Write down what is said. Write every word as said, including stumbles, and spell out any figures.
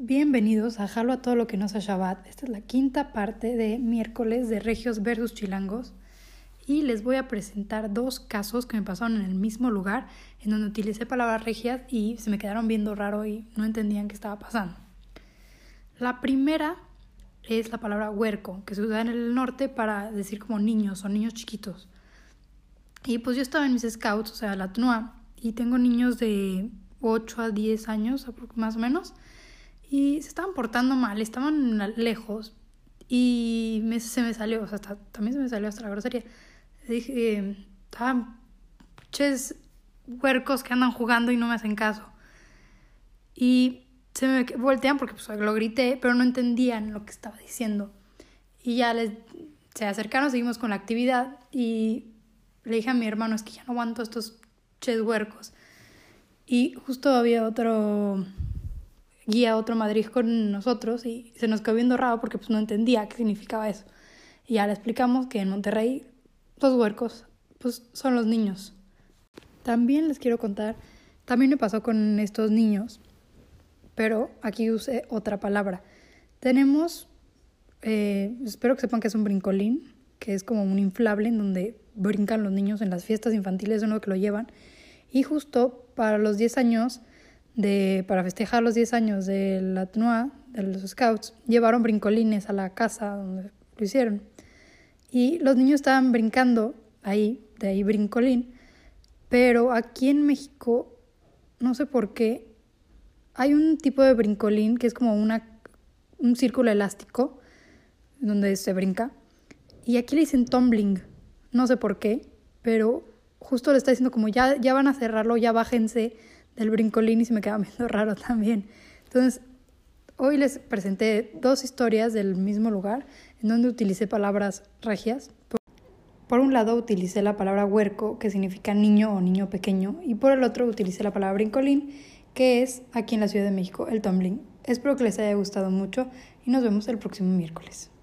Bienvenidos a Jalo a todo lo que no sea Shabbat. Esta es la quinta parte de miércoles de Regios versus Chilangos y les voy a presentar dos casos que me pasaron en el mismo lugar en donde utilicé palabras regias y se me quedaron viendo raro y no entendían qué estaba pasando. La primera es la palabra huerco, que se usa en el norte para decir como niños o niños chiquitos. Y pues yo estaba en mis scouts, o sea, la T N U A, y tengo niños de ocho a diez años más o menos. Y se estaban portando mal, estaban lejos y me, se me salió, o sea, hasta, también se me salió hasta la grosería. Dije, eh, estaban ches huercos que andan jugando y no me hacen caso. Y se me voltean porque pues, lo grité, pero no entendían lo que estaba diciendo. Y ya les, se acercaron, seguimos con la actividad y le dije a mi hermano, es que ya no aguanto estos ches huercos. Y justo había otro guía, otro Madrid con nosotros y se nos quedó viendo raro porque pues no entendía qué significaba eso. Y ya le explicamos que en Monterrey los huercos pues son los niños. También les quiero contar, también me pasó con estos niños, pero aquí usé otra palabra. Tenemos, eh, espero que sepan que es un brincolín, que es como un inflable en donde brincan los niños en las fiestas infantiles, uno que lo llevan. Y justo para los diez años De, para festejar los diez años de la T N U A, de los Scouts, llevaron brincolines a la casa donde lo hicieron. Y los niños estaban brincando ahí, de ahí brincolín, pero aquí en México, no sé por qué, hay un tipo de brincolín que es como una, un círculo elástico donde se brinca, y aquí le dicen tumbling, no sé por qué, pero justo le está diciendo como ya, ya van a cerrarlo, ya bájense del brincolín y se me quedaba viendo raro también. Entonces, hoy les presenté dos historias del mismo lugar en donde utilicé palabras regias. Por un lado utilicé la palabra huerco, que significa niño o niño pequeño, y por el otro utilicé la palabra brincolín, que es aquí en la Ciudad de México el tumbling. Espero que les haya gustado mucho y nos vemos el próximo miércoles.